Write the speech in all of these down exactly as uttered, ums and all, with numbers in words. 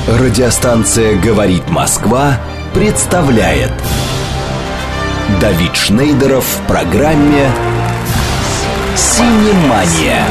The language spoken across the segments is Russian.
Радиостанция «Говорит Москва» представляет Давид Шнейдеров в программе «Синемания».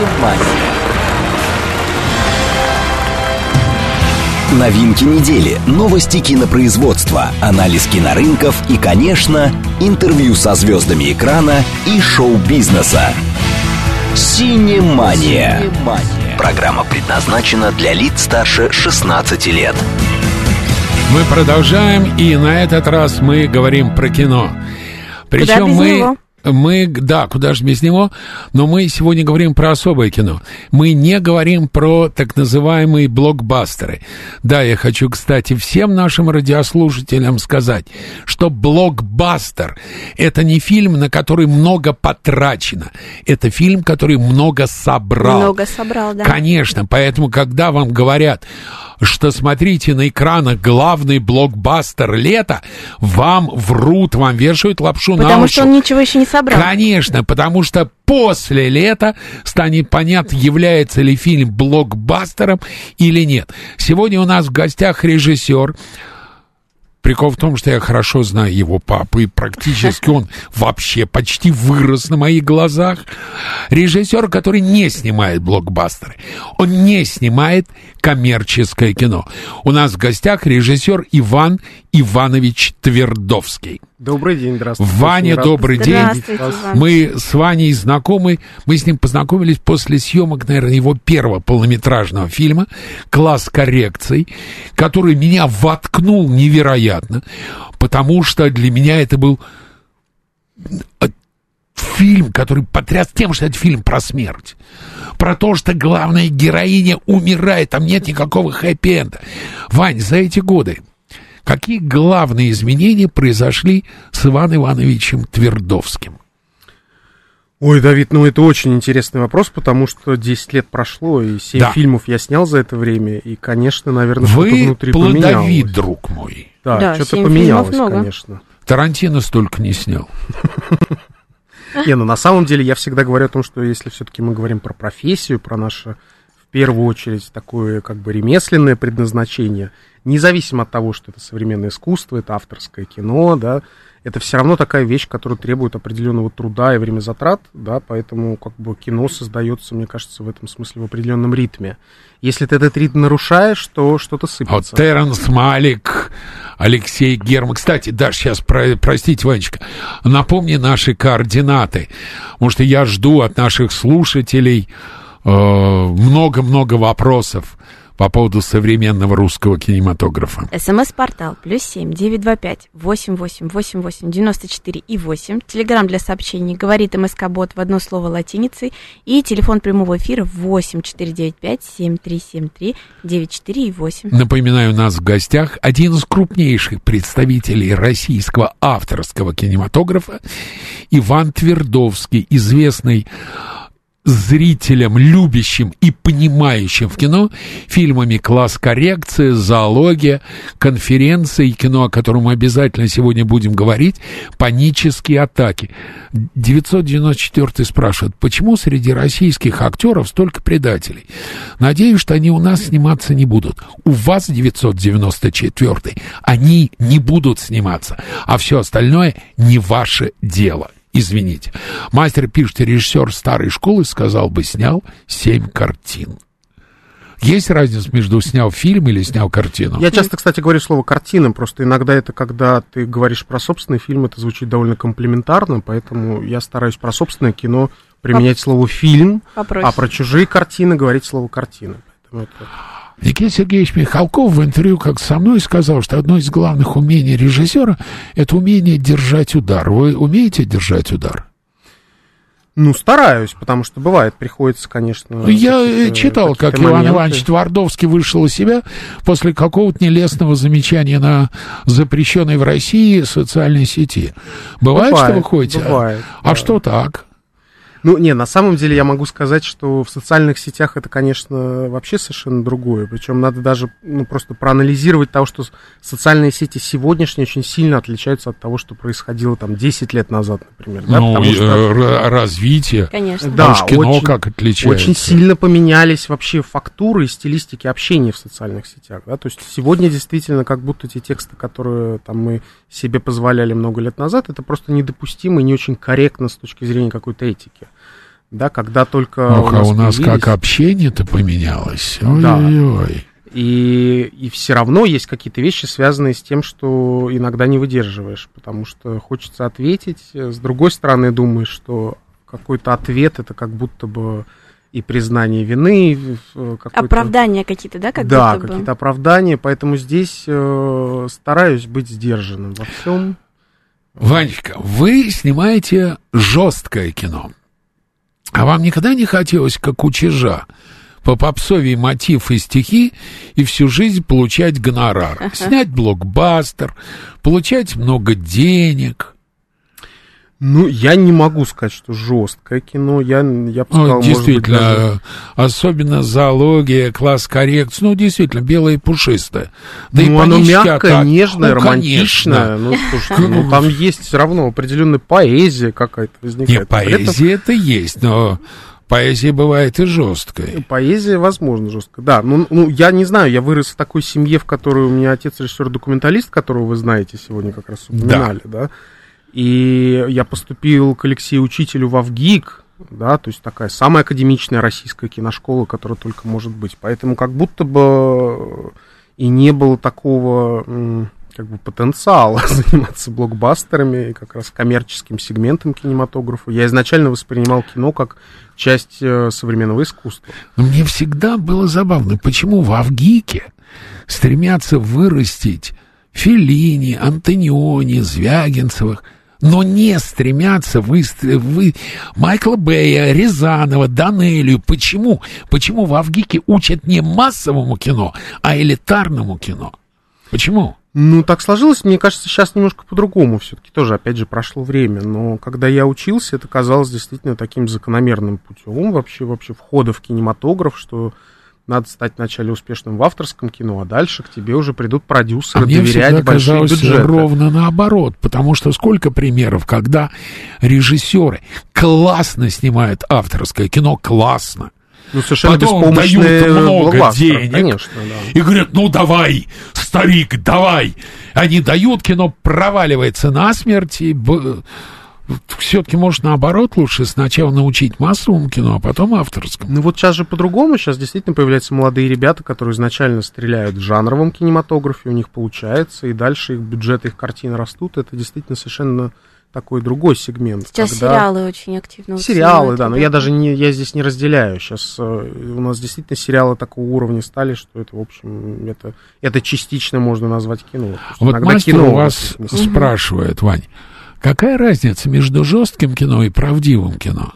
Новинки недели, новости кинопроизводства, анализ кинорынков и, конечно, интервью со звездами экрана и шоу-бизнеса. «Синемания». Программа предназначена для лиц старше шестнадцати лет. Мы продолжаем, и на этот раз мы говорим про кино. Причем Куда без мы... него? Мы, да, куда же без него, но мы сегодня говорим про особое кино. Мы не говорим про так называемые блокбастеры. Да, я хочу, кстати, всем нашим радиослушателям сказать, что блокбастер — это не фильм, на который много потрачено. Это фильм, который много собрал. Много собрал, да. Конечно, поэтому, когда вам говорят, что смотрите на экранах главный блокбастер лета, вам врут, вам вешают лапшу на уши. Потому что он ничего еще не собрал. Конечно, потому что после лета станет понятно, является ли фильм блокбастером или нет. Сегодня у нас в гостях режиссер. Прикол в том, что я хорошо знаю его папу, и практически он вообще почти вырос на моих глазах. Режиссер, который не снимает блокбастеры. Он не снимает коммерческое кино. У нас в гостях режиссер Иван Иванович Твердовский. Добрый день, здравствуйте. Ваня, добрый день. Здравствуйте, Иван. Мы с Ваней знакомы. Мы с ним познакомились после съемок, наверное, его первого полнометражного фильма «Класс коррекций», который меня воткнул невероятно, потому что для меня это был фильм, который потряс тем, что это фильм про смерть. Про то, что главная героиня умирает, там нет никакого хэппи-энда. Вань, за эти годы какие главные изменения произошли с Иваном Ивановичем Твердовским? Ой, Давид, ну это очень интересный вопрос, потому что десять лет прошло, и семь Да. фильмов я снял за это время, и, конечно, наверное, Вы что-то внутри плодовит, поменялось. друг мой. Да, Да, что-то семь поменялось, фильмов много. конечно. Тарантино столько не снял. Не, ну на самом деле я всегда говорю о том, что если все-таки мы говорим про профессию, про наше, в первую очередь, такое как бы ремесленное предназначение, независимо от того, что это современное искусство, это авторское кино, да, это все равно такая вещь, которая требует определенного труда и времязатрат, да, поэтому как бы кино создается, мне кажется, в этом смысле в определенном ритме. Если ты этот ритм нарушаешь, то что-то Вот сыпется. Терренс Малик, Алексей Герман. Кстати, Даш, сейчас, про, простите, Ванечка, напомни наши координаты, потому что я жду от наших слушателей э, много-много вопросов по поводу современного русского кинематографа. СМС-портал плюс семь девять два пять восемь восемь восемь восемь девяносто четыре и восемь. Телеграм для сообщений говорит МСК-бот в одно слово латиницей. И телефон прямого эфира восемь четыре девять пять семь три семь три девять четыре и восемь. Напоминаю, у нас в гостях один из крупнейших представителей российского авторского кинематографа Иван Твердовский, известный зрителям, любящим и понимающим в кино фильмами «Класс коррекции», «Зоология», «Конференция» и кино, о котором мы обязательно сегодня будем говорить, «Панические атаки». девятьсот девяносто четвёртый спрашивает, почему среди российских актеров столько предателей? Надеюсь, что они у нас сниматься не будут. У вас, девятьсот девяносто четвёртый, они не будут сниматься, а все остальное не ваше дело. Извините. Мастер пишет, режиссер старой школы, сказал бы, снял семь картин. Есть разница между снял фильм или снял картину? Я часто, кстати, говорю слово «картина», просто иногда это, когда ты говоришь про собственный фильм, это звучит довольно комплиментарно, поэтому я стараюсь про собственное кино применять Поп... слово «фильм», Попроще. а про чужие картины говорить слово «картина». Поэтому это... Никита Сергеевич Михалков в интервью как со мной сказал, что одно из главных умений режиссера — это умение держать удар. Вы умеете держать удар? Ну, стараюсь, потому что бывает, приходится, конечно... Я читал, как Иван моменты. Иванович Твардовский вышел из себя после какого-то нелестного замечания на запрещенной в России социальной сети. Бывает, Бывает, что вы ходите? бывает, а да. что так? Ну, не, на самом деле я могу сказать, что в социальных сетях это, конечно, вообще совершенно другое. Причем надо даже, ну, просто проанализировать того, что социальные сети сегодняшние очень сильно отличаются от того, что происходило там десять лет назад, например. Да? Ну, Потому что... развитие. Конечно. Да, уж кино очень, как отличается. Очень сильно поменялись вообще фактуры и стилистики общения в социальных сетях. Да? То есть сегодня действительно как будто те тексты, которые там, мы себе позволяли много лет назад, это просто недопустимо и не очень корректно с точки зрения какой-то этики. Да, когда только Ох, у нас, а у нас появились... как общение-то поменялось. Да. Ой-ой-ой. И, и все равно есть какие-то вещи, связанные с тем, что иногда не выдерживаешь, потому что хочется ответить. С другой стороны, думаешь, что какой-то ответ — это как будто бы и признание вины. Оправдания какие-то, да? Как да, будто какие-то бы. оправдания, поэтому здесь э, стараюсь быть сдержанным во всем. Ванечка, вы снимаете жесткое кино. А вам никогда не хотелось, как у Чижа, по попсовий мотив и стихи и всю жизнь получать гонорар? Ага. Снять блокбастер, получать много денег. Ну, я не могу сказать, что жесткое кино. Я, я бы сказал, Ну, действительно, может быть, даже... особенно зоология, класс коррекции. Ну, действительно, белое и пушистое. Да ну, и оно понища мягкое, так. нежное, Ну, романтичное. конечно. Ну, слушайте, ну, там есть все равно определенная поэзия какая-то возникает. Нет, поэзия это есть, но поэзия бывает и жесткая. Поэзия, возможно, жесткая. Да, ну, ну, я не знаю, я вырос в такой семье, в которой у меня отец режиссер-документалист, которого вы знаете сегодня как раз упоминали, да. да? И я поступил к Алексею Учителю во ВГИК, да, то есть такая самая академичная российская киношкола, которая только может быть. Поэтому как будто бы и не было такого как бы потенциала заниматься блокбастерами и как раз коммерческим сегментом кинематографа. Я изначально воспринимал кино как часть современного искусства. Но мне всегда было забавно, почему в ВГИКе стремятся вырастить Феллини, Антониони, Звягинцевых, но не стремятся вы, вы Майкла Бэя, Рязанова, Данелию. Почему? Почему в ВГИКе учат не массовому кино, а элитарному кино? Почему? Ну, так сложилось, мне кажется, сейчас немножко по-другому все-таки. Тоже, опять же, прошло время. Но когда я учился, это казалось действительно таким закономерным путем вообще, вообще входа в кинематограф, что надо стать вначале успешным в авторском кино, а дальше к тебе уже придут продюсеры, а мне доверять большие бюджеты. Ровно наоборот, потому что сколько примеров, когда режиссеры классно снимают авторское кино, классно. Ну, совершенно потом дают много денег, конечно, да. И говорят, ну давай, старик, давай. Они дают, кино проваливается насмерть, и все-таки, может, наоборот, лучше сначала научить массовому кино, а потом авторскому. Ну вот сейчас же по-другому, сейчас действительно появляются молодые ребята, которые изначально стреляют в жанровом кинематографе, у них получается, и дальше их бюджеты, их картины растут, это действительно совершенно такой другой сегмент. Сейчас когда... сериалы очень активно. Сериалы, да, но я даже не, я здесь не разделяю. Сейчас э, у нас действительно сериалы такого уровня стали, что это, в общем, это, это частично можно назвать кино. Вот мастер кино у вас спрашивает, Вань, какая разница между жестким кино и правдивым кино?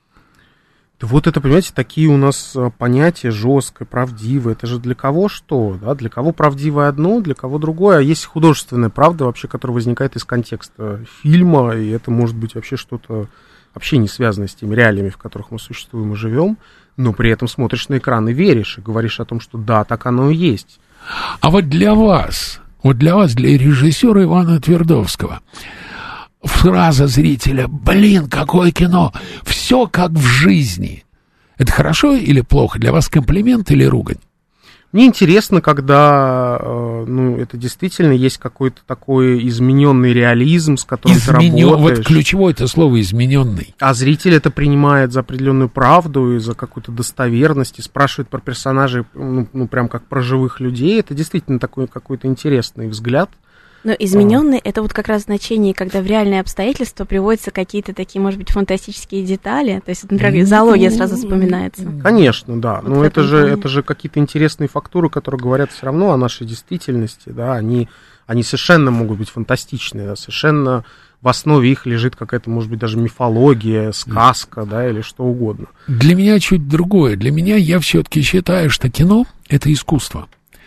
Да вот это, понимаете, такие у нас понятия жесткое, правдивое. Это же для кого что? Да? Для кого правдивое одно, для кого другое. А есть художественная правда вообще, которая возникает из контекста фильма, и это может быть вообще что-то вообще не связанное с теми реалиями, в которых мы существуем и живем, но при этом смотришь на экран и веришь, и говоришь о том, что да, так оно и есть. А вот для вас, вот для вас, для режиссера Ивана Твердовского, фраза зрителя: блин, какое кино, все как в жизни. Это хорошо или плохо? Для вас комплимент или ругань? Мне интересно, когда э, ну, это действительно есть какой-то такой измененный реализм, с которым Изменен... ты работаешь. Вот ключевое это слово «измененный». А зритель это принимает за определенную правду и за какую-то достоверность, и спрашивает про персонажей, ну, ну прям как про живых людей. Это действительно такой какой-то интересный взгляд. Но измененный а. это вот как раз значение, когда в реальные обстоятельства приводятся какие-то такие, может быть, фантастические детали. То есть, например, зоология сразу вспоминается. Конечно, да. Вот но это же, плане. это же какие-то интересные факторы, которые говорят все равно о нашей действительности, да, они, они совершенно могут быть фантастичные, да, совершенно в основе их лежит какая-то, может быть, даже мифология, сказка, да, или что угодно. Для меня чуть другое. Для меня я все-таки считаю, что кино — это искусство.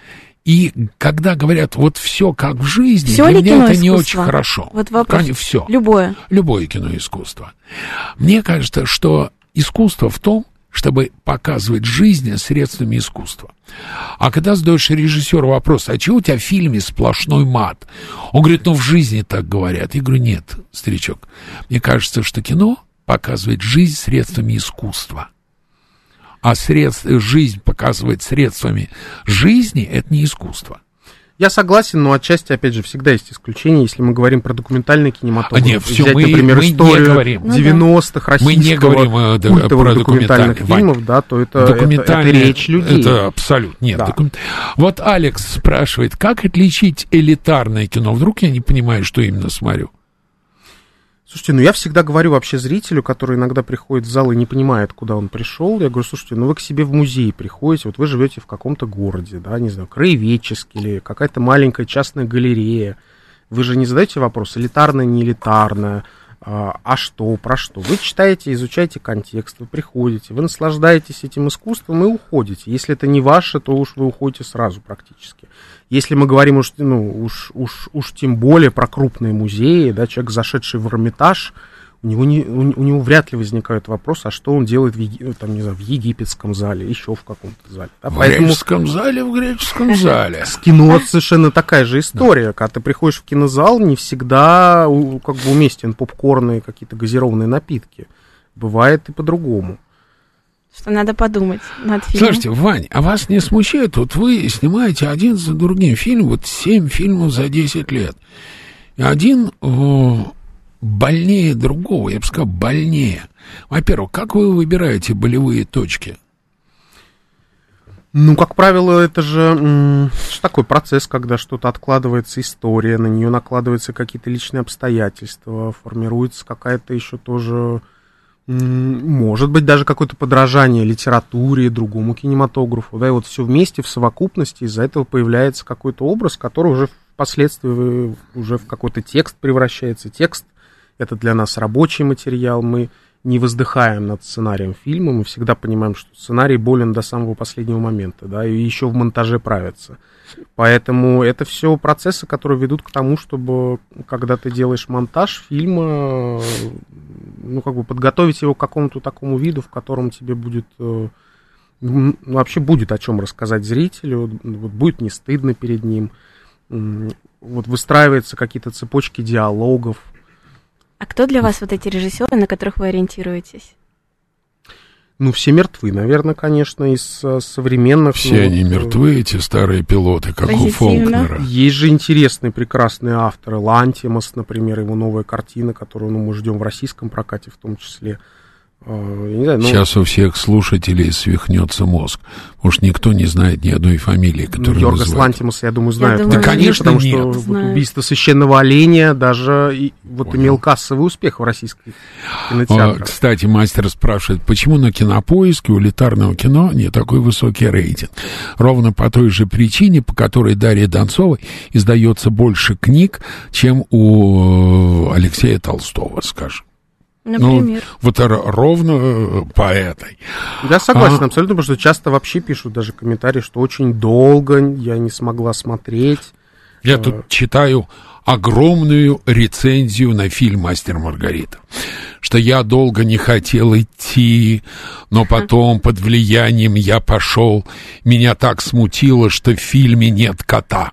И когда говорят, вот все как в жизни, всё для ли меня кино это искусство? не очень хорошо. Вот вопрос. Все. Любое. Любое кино искусство. Мне кажется, что искусство в том, чтобы показывать жизнь средствами искусства. А когда задаешь режиссеру вопрос, а чего у тебя в фильме сплошной мат? Он говорит, ну в жизни так говорят. Я говорю, нет, старичок, мне кажется, что кино показывает жизнь средствами искусства. А средств, жизнь показывать средствами жизни, это не искусство. Я согласен, но отчасти, опять же, всегда есть исключения, если мы говорим про документальный кинематограф. А нет, все, взять, мы, например, мы историю не говорим. девяностых российского мы не говорим о, культовых про документальных документальный фильмов, да, то это, это, это речь людей. Это абсолютно нет. Да. Документ... Вот Алекс спрашивает, как отличить элитарное кино? Вдруг я не понимаю, что именно смотрю. Слушайте, ну я всегда говорю вообще зрителю, который иногда приходит в зал и не понимает, куда он пришел, я говорю, слушайте, ну вы к себе в музей приходите, вот вы живете в каком-то городе, да, не знаю, краеведческий или какая-то маленькая частная галерея, вы же не задаете вопрос, элитарное, не элитарное, а, а что, про что, вы читаете, изучаете контекст, вы приходите, вы наслаждаетесь этим искусством и уходите, если это не ваше, то уж вы уходите сразу практически. Если мы говорим уж, ну, уж, уж, уж тем более про крупные музеи, да, человек, зашедший в Эрмитаж, у него, не, у, у него вряд ли возникает вопрос, а что он делает в, Еги, там, не знаю, в египетском зале, еще в каком-то зале. Да? В Поэтому греческом зале, в греческом зале. С кино совершенно такая же история. Когда ты приходишь в кинозал, не всегда как бы уместен попкорн и какие-то газированные напитки. Бывает и по-другому. Что надо подумать над фильмом. Слушайте, Вань, а вас не смущает? Вот вы снимаете один за другим фильм, вот семь фильмов за десять лет. И один о, больнее другого, я бы сказал, больнее. Во-первых, как вы выбираете болевые точки? Ну, как правило, это же м- такой процесс, когда что-то откладывается история, на нее накладываются какие-то личные обстоятельства, формируется какая-то еще тоже... Может быть, даже какое-то подражание литературе, другому кинематографу, да, и вот все вместе, в совокупности, из-за этого появляется какой-то образ, который уже впоследствии уже в какой-то текст превращается. Текст — это для нас рабочий материал, мы не воздыхаем над сценарием фильма, мы всегда понимаем, что сценарий болен до самого последнего момента, да, и еще в монтаже правится. Поэтому это все процессы, которые ведут к тому, чтобы, когда ты делаешь монтаж фильма, ну, как бы подготовить его к какому-то такому виду, в котором тебе будет, ну, вообще будет о чем рассказать зрителю, вот, будет не стыдно перед ним, вот выстраиваются какие-то цепочки диалогов. А кто для вас вот эти режиссеры, на которых вы ориентируетесь? Ну, все мертвы, наверное, конечно, из современных. Все ну, они вот, мертвы, эти старые пилоты, как у Фолкнера. Есть же интересные, прекрасные авторы. Лантимос, например, его новая картина, которую, ну, мы ждем в российском прокате в том числе. Я не знаю, ну... Сейчас у всех слушателей свихнется мозг, потому что никто не знает ни одной фамилии, которую ну, Йоргос называют. Лантимос, я думаю, знают. Я думаю, да, конечно, потому нет. что вот Знаю. «Убийство священного оленя» даже и, вот Понял. имел кассовый успех в российских О, кинотеатрах. кстати, мастер спрашивает, почему на Кинопоиске у элитарного кино не такой высокий рейтинг? Ровно по той же причине, по которой Дарье Донцовой издается больше книг, чем у Алексея Толстого, скажем. Например. Ну, вот ровно по этой. Я согласен а... абсолютно, потому что часто вообще пишут даже комментарии, что очень долго я не смогла смотреть. Я тут читаю огромную рецензию на фильм «Мастер и Маргарита», что я долго не хотел идти, но потом под влиянием я пошел, меня так смутило, что в фильме нет кота.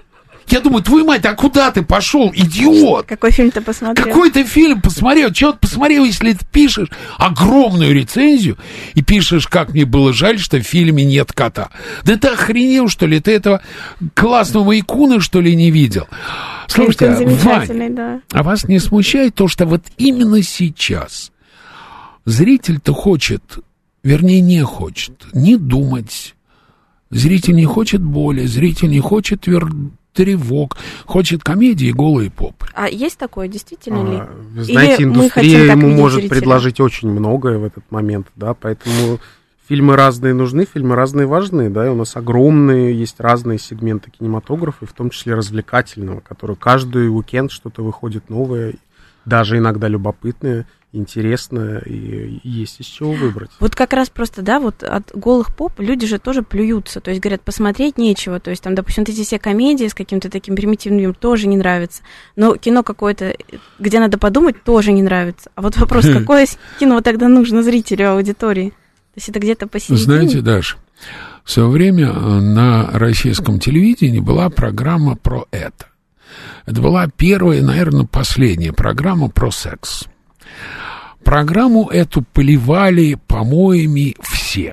Я думаю, твою мать, а куда ты пошел, идиот? Какой фильм ты посмотрел? Какой ты фильм посмотрел? Чего ты посмотрел, если ты пишешь огромную рецензию и пишешь, как мне было жаль, что в фильме нет кота? Да ты охренел, что ли? Ты этого классного Майкуна, что ли, не видел? Слушайте, Вань, да. а вас не смущает то, что вот именно сейчас зритель-то хочет, вернее, не хочет, не думать. Зритель не хочет боли, зритель не хочет твер... тревог, хочет комедии голые попы. А есть такое, действительно ли? А, вы знаете, Или индустрия ему может зрителя? предложить очень многое в этот момент, да, поэтому фильмы разные нужны, фильмы разные важны, да, и у нас огромные, есть разные сегменты кинематографа, в том числе развлекательного, который каждый уикенд что-то выходит новое, даже иногда любопытное, интересно, и есть из чего выбрать. Вот как раз просто, да, вот от голых поп люди же тоже плюются, то есть говорят, посмотреть нечего, то есть там, допустим, вот эти все комедии с каким-то таким примитивным тоже не нравится, но кино какое-то, где надо подумать, тоже не нравится. А вот вопрос, какое кино тогда нужно зрителю, аудитории? То есть это где-то посередине? Знаете, Даша, в свое время на российском телевидении была программа про это. Это была первая, наверное, последняя программа про секс. Программу эту поливали помоями все.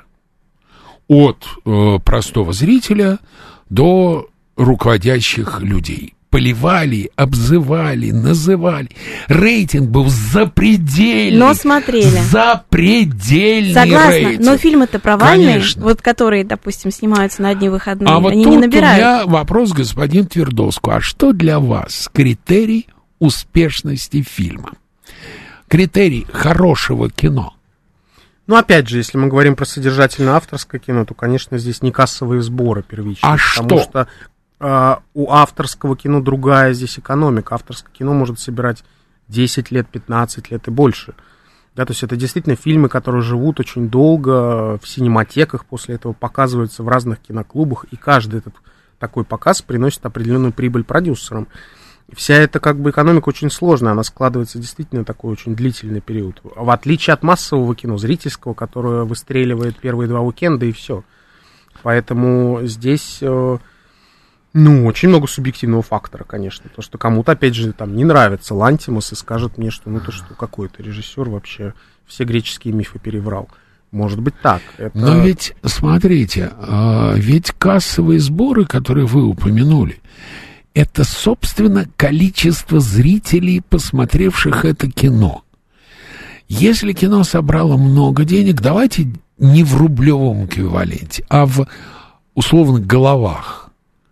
От э, простого зрителя до руководящих людей. Поливали, обзывали, называли. Рейтинг был запредельный. Но смотрели. Запредельный Согласна, рейтинг. но фильмы-то провальные, Конечно. Вот которые, допустим, снимаются на одни выходные, а вот они тут не набирают. у меня вопрос к господину Твердовскому. А что для вас критерий успешности фильма? Критерий хорошего кино? Ну, опять же, если мы говорим про содержательно-авторское кино, то, конечно, здесь не кассовые сборы первичные. А потому что? что э, у авторского кино другая здесь экономика. Авторское кино может собирать десять лет, пятнадцать лет и больше. Да, то есть это действительно фильмы, которые живут очень долго в синематеках, после этого показываются в разных киноклубах, и каждый этот такой показ приносит определенную прибыль продюсерам. Вся эта как бы экономика очень сложная, она складывается действительно в такой очень длительный период. В отличие от массового кино, зрительского, которое выстреливает первые два уикенда и все. Поэтому здесь, ну, очень много субъективного фактора, конечно. То, что кому-то, опять же, там не нравится Лантимос и скажет мне, что ну то, что какой-то режиссер вообще все греческие мифы переврал. Может быть так. Это... Но ведь, смотрите, ведь кассовые сборы, которые вы упомянули, это, собственно, количество зрителей, посмотревших это кино. Если кино собрало много денег, давайте не в рублевом эквиваленте, а в, условно, головах,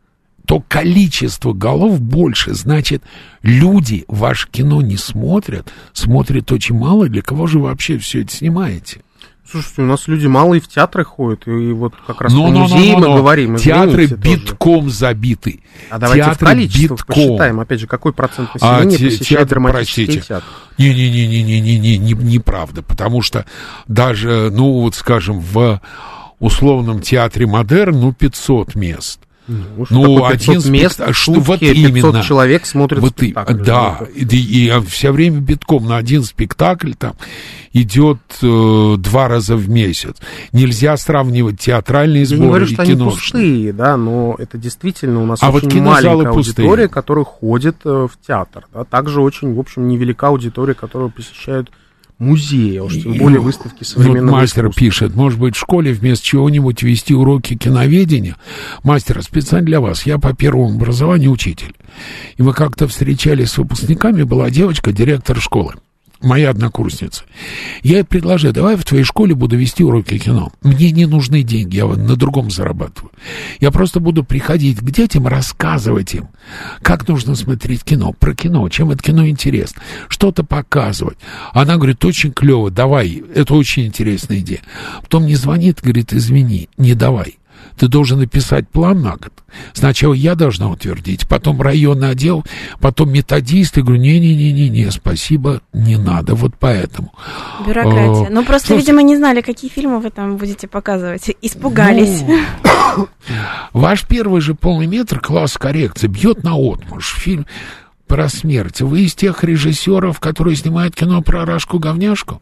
то количество голов больше. Значит, люди ваше кино не смотрят, смотрят очень мало. Для кого же вы вообще все это снимаете? Слушайте, у нас люди мало и в театры ходят, и вот как раз но, по музеям мы говорим. Театры битком тоже забиты. А давайте театры в количествах битком. посчитаем, опять же, какой процент населения а, посещает театр, драматические простите. театры. Не-не-не-не-не-не, неправда, потому что даже, ну вот скажем, в условном театре «Модерн», ну, пятьсот мест. Ну, ну один мест, спектакль, шутки, вот пятьсот именно. человек смотрят вот спектакль. И, да, и, и, и все время битком на один спектакль там идет э, два раза в месяц. Нельзя сравнивать театральные сборы. Я не говорю, что и они пустые, да, но это действительно у нас а очень вот маленькая пустые. аудитория, которая ходит э, в театр. Да. Также очень, в общем, невелика аудитория, которая посещает музеи, а уж тем более выставки современного вот мастер искусства. пишет, может быть, в школе вместо чего-нибудь вести уроки киноведения. Мастер, специально для вас, я по первому образованию учитель. И мы как-то встречались с выпускниками, была девочка, директор школы, моя однокурсница. Я ей предложил, давай в твоей школе буду вести уроки кино. Мне не нужны деньги, я на другом зарабатываю. Я просто буду приходить к детям, рассказывать им, как нужно смотреть кино, про кино, чем это кино интересно, что-то показывать. Она говорит, очень клево, давай, это очень интересная идея. Потом мне звонит, говорит, извини, не давай. Ты должен написать план на год. Сначала я должна утвердить, потом районный отдел, потом методист. Я говорю, не-не-не-не, спасибо, не надо, вот поэтому. Бюрократия. Ну, просто, Слушайте, видимо, не знали, какие фильмы вы там будете показывать. Испугались. Ну, ваш первый же полный метр, класс коррекции, бьет наотмашь. Фильм про смерть. Вы из тех режиссеров, которые снимают кино про Рашку-говняшку?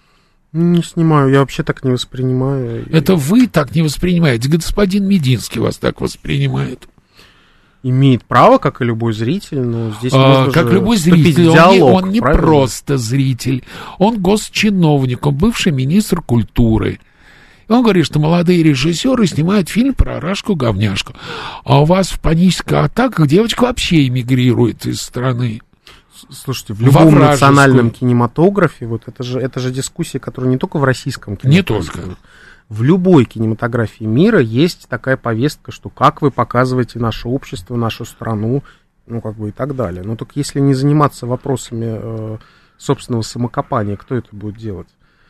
Не снимаю, я вообще так не воспринимаю. Это вы так не воспринимаете, господин Мединский вас так воспринимает. Имеет право, как и любой зритель, но здесь а, можно как же любой зритель, диалог, он не, он не просто зритель, он госчиновник, он бывший министр культуры. И он говорит, что молодые режиссеры снимают фильм про Рашку-говняшку, а у вас в панических атаках девочка вообще эмигрирует из страны. Слушайте, в любом национальном кинематографе, вот это же, это же дискуссия, которая не только в российском кинематографе. Не только. В любой кинематографии мира есть такая повестка, что как вы показываете наше общество, нашу страну, ну, как бы и так далее. Но только если не заниматься вопросами э, собственного самокопания, кто это будет делать?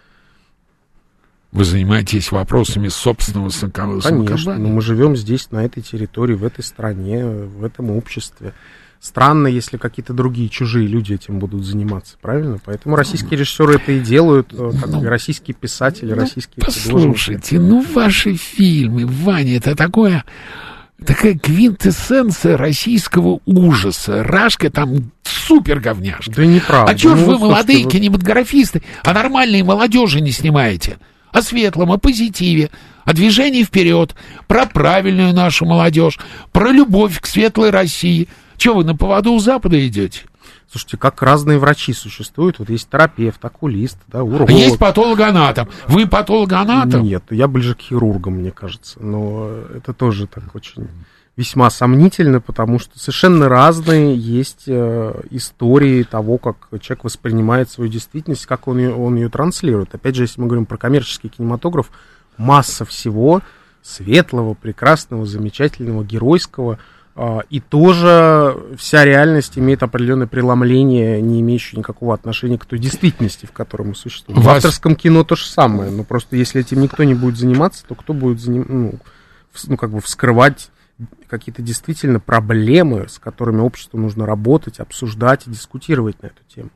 Вы занимаетесь вопросами собственного самокопания? Конечно, но мы живем здесь, на этой территории, в этой стране, в этом обществе. странно, если какие-то другие чужие люди этим будут заниматься, правильно? Поэтому российские режиссеры это и делают, как ну, и российские писатели, ну, российские художники. Послушайте, ну ваши фильмы, Ваня, это такое... Такая квинтэссенция российского ужаса. Рашка там супер говняшка. Да неправда. А чё ж ну, вы, молодые вы... кинематографисты, а нормальные молодежи не снимаете? О светлом, о позитиве, о движении вперед, про правильную нашу молодежь, про любовь к светлой России. Чё вы на поводу у Запада идете? Слушайте, как разные врачи существуют. Вот есть терапевт, окулист, да, уролог. Есть патологоанатом. Вы патологоанатом? Нет, я ближе к хирургам, мне кажется. Но это тоже так очень весьма сомнительно, потому что совершенно разные есть э, истории того, как человек воспринимает свою действительность, как он ее, он ее транслирует. Опять же, если мы говорим про коммерческий кинематограф, масса всего светлого, прекрасного, замечательного, геройского. И тоже вся реальность имеет определенное преломление, не имеющее никакого отношения к той действительности, в которой мы существуем. Вас... В авторском кино то же самое, но просто если этим никто не будет заниматься, то кто будет заним... ну, ну, как бы вскрывать какие-то действительно проблемы, с которыми обществу нужно работать, обсуждать и дискутировать на эту тему.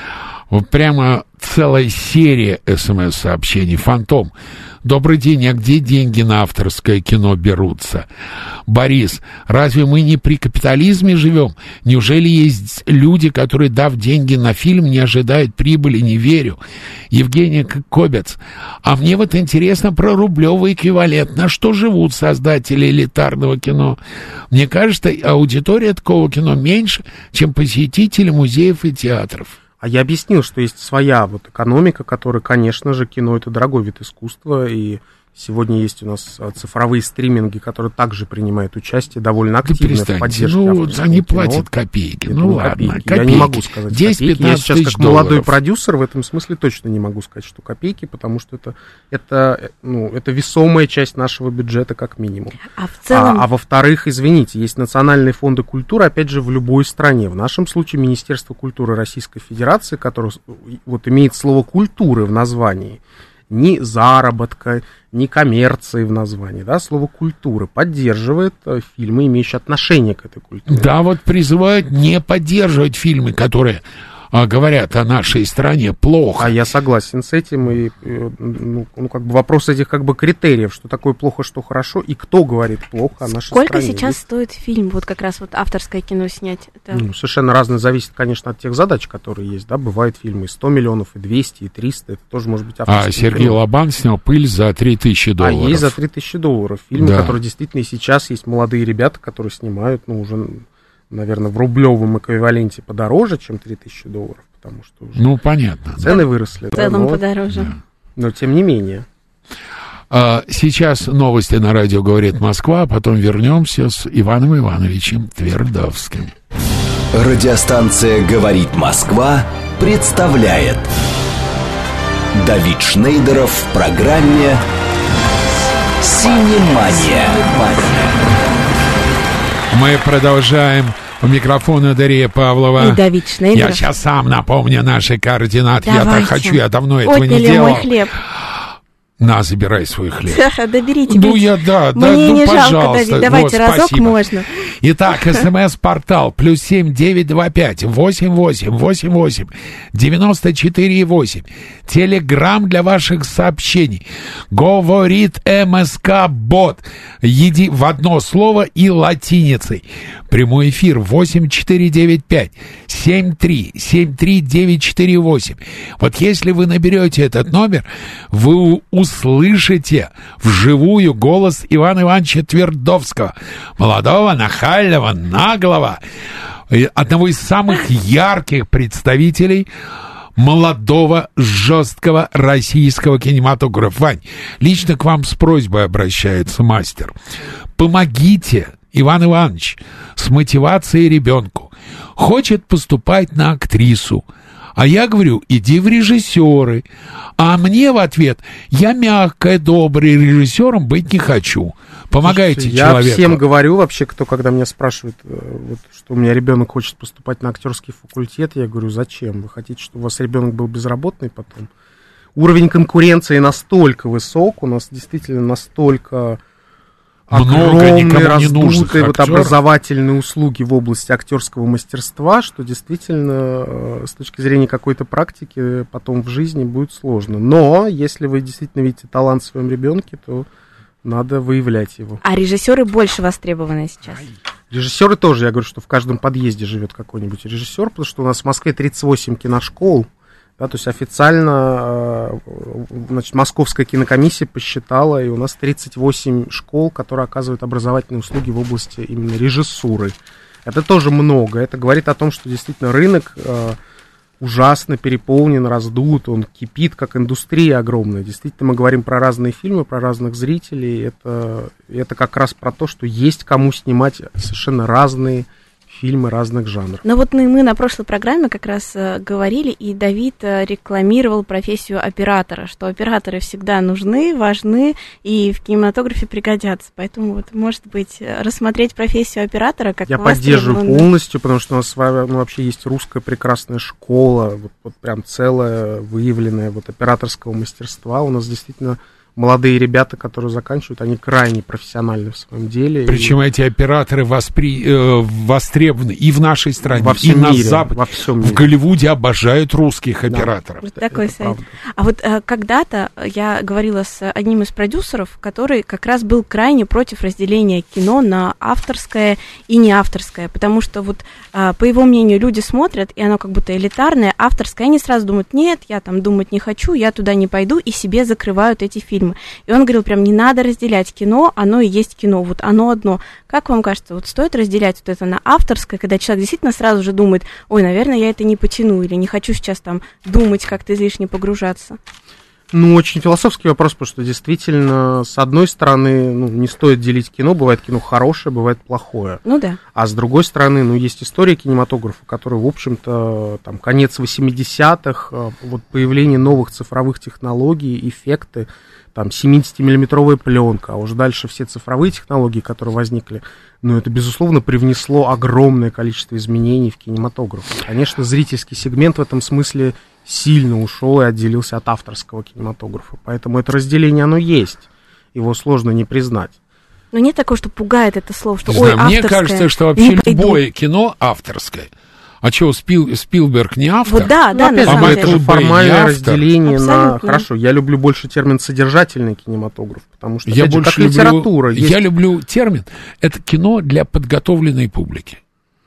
Вот прямо целая серия смс-сообщений. Фантом. Добрый день, а где деньги на авторское кино берутся? Борис, разве мы не при капитализме живем? Неужели есть люди, которые, дав деньги на фильм, не ожидают прибыли? Не верю. Евгений Кобец. А мне вот интересно про рублевый эквивалент. На что живут создатели элитарного кино? Мне кажется, аудитория такого кино меньше, чем посетители музеев и театров. А я объяснил, что есть своя вот экономика, которая, конечно же, кино — это дорогой вид искусства, и сегодня есть у нас цифровые стриминги, которые также принимают участие довольно активно да в поддержке ну, авторского они кино. платят копейки, это ну ладно, копейки. копейки. Я не могу сказать копейки. Я сейчас как долларов. Молодой продюсер в этом смысле точно не могу сказать, что копейки, потому что это, это, ну, это весомая часть нашего бюджета как минимум. А, в целом... а, а во-вторых, извините, есть национальные фонды культуры, опять же, в любой стране. В нашем случае Министерство культуры Российской Федерации, которое вот имеет слово «культуры» в названии, ни заработка, ни коммерции в названии, да, слово «культура», поддерживает э, фильмы, имеющие отношение к этой культуре. Да, вот призывают не поддерживать фильмы, которые а, говорят о нашей стране плохо. А я согласен с этим, и, и ну, ну, как бы вопрос этих как бы критериев, что такое плохо, что хорошо, и кто говорит плохо о нашей Сколько стране. сейчас Здесь... стоит фильм, вот как раз вот авторское кино снять? Это... Ну, совершенно разное, зависит, конечно, от тех задач, которые есть, да, бывают фильмы и сто миллионов, и двести, и триста, это тоже может быть авторское А Сергей кино. Лобан снял «Пыль» за три тысячи долларов. А есть за три тысячи долларов фильмы, да. которые действительно и сейчас есть молодые ребята, которые снимают, ну, уже, наверное, в рублевом эквиваленте подороже, чем три тысячи долларов, потому что уже ну, понятно. цены выросли. В целом да, но, подороже. Да. Но тем не менее. А, сейчас новости на радио «Говорит Москва», а потом вернемся с Иваном Ивановичем Твердовским. Радиостанция «Говорит Москва» представляет Давид Шнейдеров в программе «Синемания». Мы продолжаем. У микрофона Дарья Павлова. И Давид Шнейдеров. Я сейчас сам напомню наши координаты. Давайте. Я так хочу, я давно этого Отняли не делал. мой хлеб. На, забирай свой хлеб. Да берите. Ну, я, да, да, Мне ну, не пожалуйста. жалко, Давид. Давайте вот, разок спасибо. можно. Итак, смс-портал плюс семь девять два пять восемь восемь восемь восемь девяносто четыре восемь. Телеграм для ваших сообщений. Говорит МСК-бот. Еди в одно слово и латиницей. Прямой эфир восемь четыре девять пять семь три семь три девять четыре восемь. Вот если вы наберете этот номер, вы услышите вживую голос Ивана Ивановича Твердовского, молодого, нахального, наглого, одного из самых ярких представителей молодого, жесткого российского кинематографа. Вань, лично к вам с просьбой обращается мастер. Помогите, Иван Иванович, с мотивацией ребенку. Хочет поступать на актрису. А я говорю, иди в режиссеры. А мне в ответ, я мягкая, добрый, режиссером быть не хочу. Помогайте Слушайте, человеку. Я всем говорю вообще, кто, когда меня спрашивает, вот, что у меня ребенок хочет поступать на актерский факультет, я говорю, зачем? Вы хотите, чтобы у вас ребенок был безработный потом? Уровень конкуренции настолько высок, у нас действительно настолько много никому не нужных вот актеров. Образовательные услуги в области актерского мастерства, что действительно с точки зрения какой-то практики потом в жизни будет сложно. Но если вы действительно видите талант в своем ребенке, то надо выявлять его. А режиссеры больше востребованы сейчас? Режиссеры тоже, я говорю, что в каждом подъезде живет какой-нибудь режиссер, потому что у нас в Москве тридцать восемь киношкол, да, то есть официально, значит, Московская кинокомиссия посчитала, и у нас тридцать восемь школ, которые оказывают образовательные услуги в области именно режиссуры. Это тоже много, это говорит о том, что действительно рынок ужасно переполнен, раздут, он кипит, как индустрия огромная. Действительно, мы говорим про разные фильмы, про разных зрителей. Это, это как раз про то, что есть кому снимать совершенно разные фильмы разных жанров. Но вот мы на прошлой программе как раз говорили, и Давид рекламировал профессию оператора, что операторы всегда нужны, важны и в кинематографе пригодятся. Поэтому, вот, может быть, рассмотреть профессию оператора как Я поддерживаю полностью, потому что у нас с вами, ну, вообще есть русская прекрасная школа, вот, вот прям целая, выявленная вот операторского мастерства. У нас действительно молодые ребята, которые заканчивают, они крайне профессиональны в своем деле. Причем и... эти операторы воспри... э, востребованы и в нашей стране, во всем и на мире, Западе. Во всем в мире. Голливуде обожают русских да. операторов. Вот такой сайт. А вот э, когда-то я говорила с одним из продюсеров, который как раз был крайне против разделения кино на авторское и неавторское, потому что вот э, по его мнению люди смотрят, и оно как будто элитарное, авторское, они сразу думают, нет, я там думать не хочу, я туда не пойду, и себе закрывают эти фильмы. И он говорил, прям не надо разделять кино, оно и есть кино, вот оно одно. Как вам кажется, вот стоит разделять вот это на авторское, когда человек действительно сразу же думает, ой, наверное, я это не потяну, или не хочу сейчас там думать, как-то излишне погружаться? Ну, очень философский вопрос, потому что действительно, с одной стороны, ну, не стоит делить кино, бывает кино хорошее, бывает плохое. Ну да. А с другой стороны, ну, есть история кинематографа, которая, в общем-то, там, конец восьмидесятых, вот появление новых цифровых технологий, эффекты, там, семидесятимиллиметровая пленка, а уже дальше все цифровые технологии, которые возникли, ну, это, безусловно, привнесло огромное количество изменений в кинематограф. Конечно, зрительский сегмент в этом смысле сильно ушел и отделился от авторского кинематографа. Поэтому это разделение, оно есть. Его сложно не признать. Но нет такого, что пугает это слово, что, ой, авторское. Мне кажется, что вообще любое кино авторское. А что, Спил, Спилберг не автор? Вот да, да, ну, опять на же, самом это деле. же формальное разделение Абсолютно. на... Хорошо, я люблю больше термин «содержательный кинематограф», потому что, я опять же, больше как люблю, литература... Есть... Я люблю термин, это кино для подготовленной публики.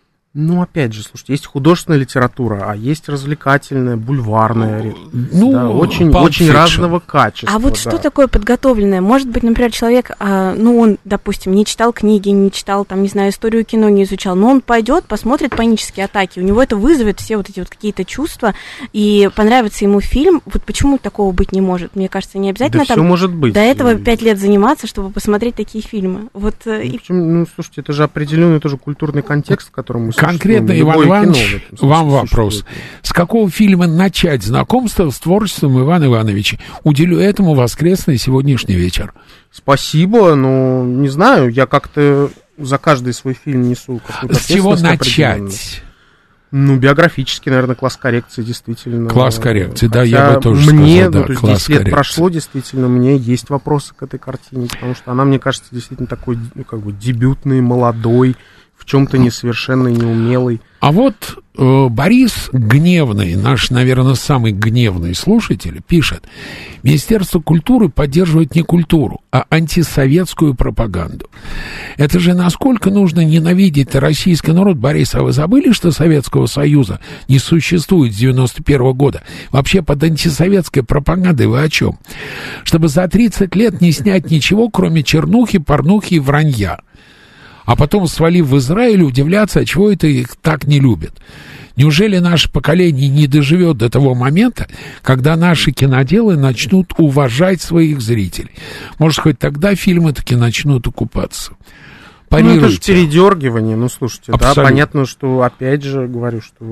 Ну, опять же, слушайте, есть художественная литература, а есть развлекательная, бульварная, ну, да, очень, очень разного качества. А вот да. что такое подготовленное? Может быть, например, человек, а, ну, он, допустим, не читал книги, не читал, там, не знаю, историю кино не изучал, но он пойдет, посмотрит «Панические атаки», у него это вызовет все вот эти вот какие-то чувства, и понравится ему фильм. Вот почему такого быть не может? Мне кажется, не обязательно да там может быть. до этого пять лет заниматься, чтобы посмотреть такие фильмы. Вот, ну, и... почему, ну, слушайте, это же определенный тоже культурный контекст, в котором мы Конкретно, Иван Иванович, вам вопрос. С какого фильма начать знакомство с творчеством Ивана Ивановича? Уделю этому воскресный сегодняшний вечер. Спасибо, но не знаю, я как-то за каждый свой фильм несу какую-то С чего начать? Ну, биографически, наверное, класс коррекции, действительно. Класс коррекции, Хотя да, я бы тоже мне, сказал, да, ну, класс десять лет коррекции. прошло, действительно, мне есть вопросы к этой картине, потому что она, мне кажется, действительно такой, ну, как бы, дебютный, молодой, в чем-то несовершенный, неумелый. А вот э, Борис Гневный, наш, наверное, самый гневный слушатель, пишет: Министерство культуры поддерживает не культуру, а антисоветскую пропаганду. Это же насколько нужно ненавидеть российский народ, Борис, а вы забыли, что Советского Союза не существует с девяносто первого года? Вообще под антисоветской пропагандой вы о чем? Чтобы за тридцать лет не снять ничего, кроме чернухи, порнухи и вранья. А потом, свалив в Израиль, удивляться, а чего это их так не любят. Неужели наше поколение не доживет до того момента, когда наши киноделы начнут уважать своих зрителей? Может, хоть тогда фильмы таки начнут окупаться? Ну, это же передергивание. Ну, слушайте, Абсолютно. Да, понятно, что, опять же, говорю, что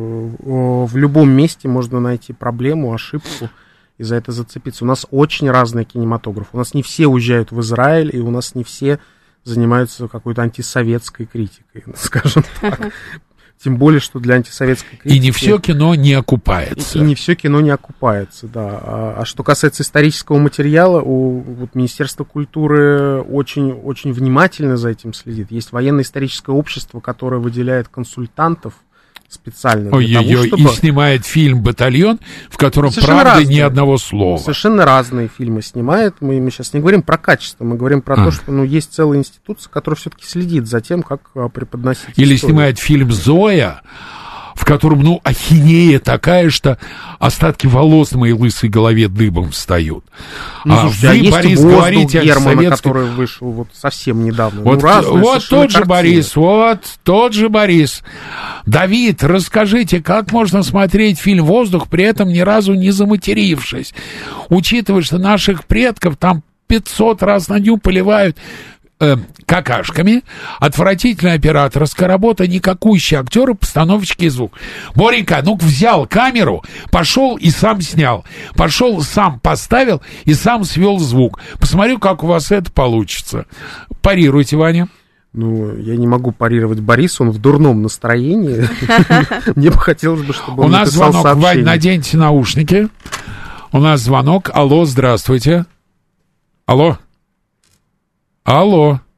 в любом месте можно найти проблему, ошибку и за это зацепиться. У нас очень разный кинематограф. У нас не все уезжают в Израиль, и у нас не все занимаются какой-то антисоветской критикой, скажем так. Тем более, что для антисоветской критики... И не все кино не окупается. И, и не все кино не окупается, да. А, а что касается исторического материала, у вот, Министерства культуры очень, очень внимательно за этим следит. Есть военно-историческое общество, которое выделяет консультантов специально для Ой-ой-ой, того, чтобы... и снимает фильм «Батальон», в котором, Совершенно правда, разные. ни одного слова. Совершенно разные фильмы снимает. Мы, мы сейчас не говорим про качество, мы говорим про а. то, что ну, есть целая институция, которая все-таки следит за тем, как а, преподносить Или историю. снимает фильм «Зоя», в котором, ну, ахинея такая, что остатки волос на моей лысой голове дыбом встают. Ну, а слушайте, вы, а есть Борис, «Воздух» говорите Германа, советской... который вышел вот совсем недавно. Вот, ну, разные, вот тот же картины. Борис, вот тот же Борис. Давид, расскажите, как можно смотреть фильм «Воздух», при этом ни разу не заматерившись, учитывая, что наших предков там пятьсот раз на дню поливают э, какашками, отвратительная операторская работа, никакущие актеры, постановочки и звук. Боренька, ну взял камеру, пошел и сам снял, пошел сам поставил и сам свел звук. Посмотрю, как у вас это получится. Парируйте, Ваня. Ну, я не могу парировать Борису, он в дурном настроении. Мне бы хотелось бы, чтобы он написал сообщение. У нас звонок, Вань, наденьте наушники. У нас звонок. Алло, здравствуйте. Алло. Алло.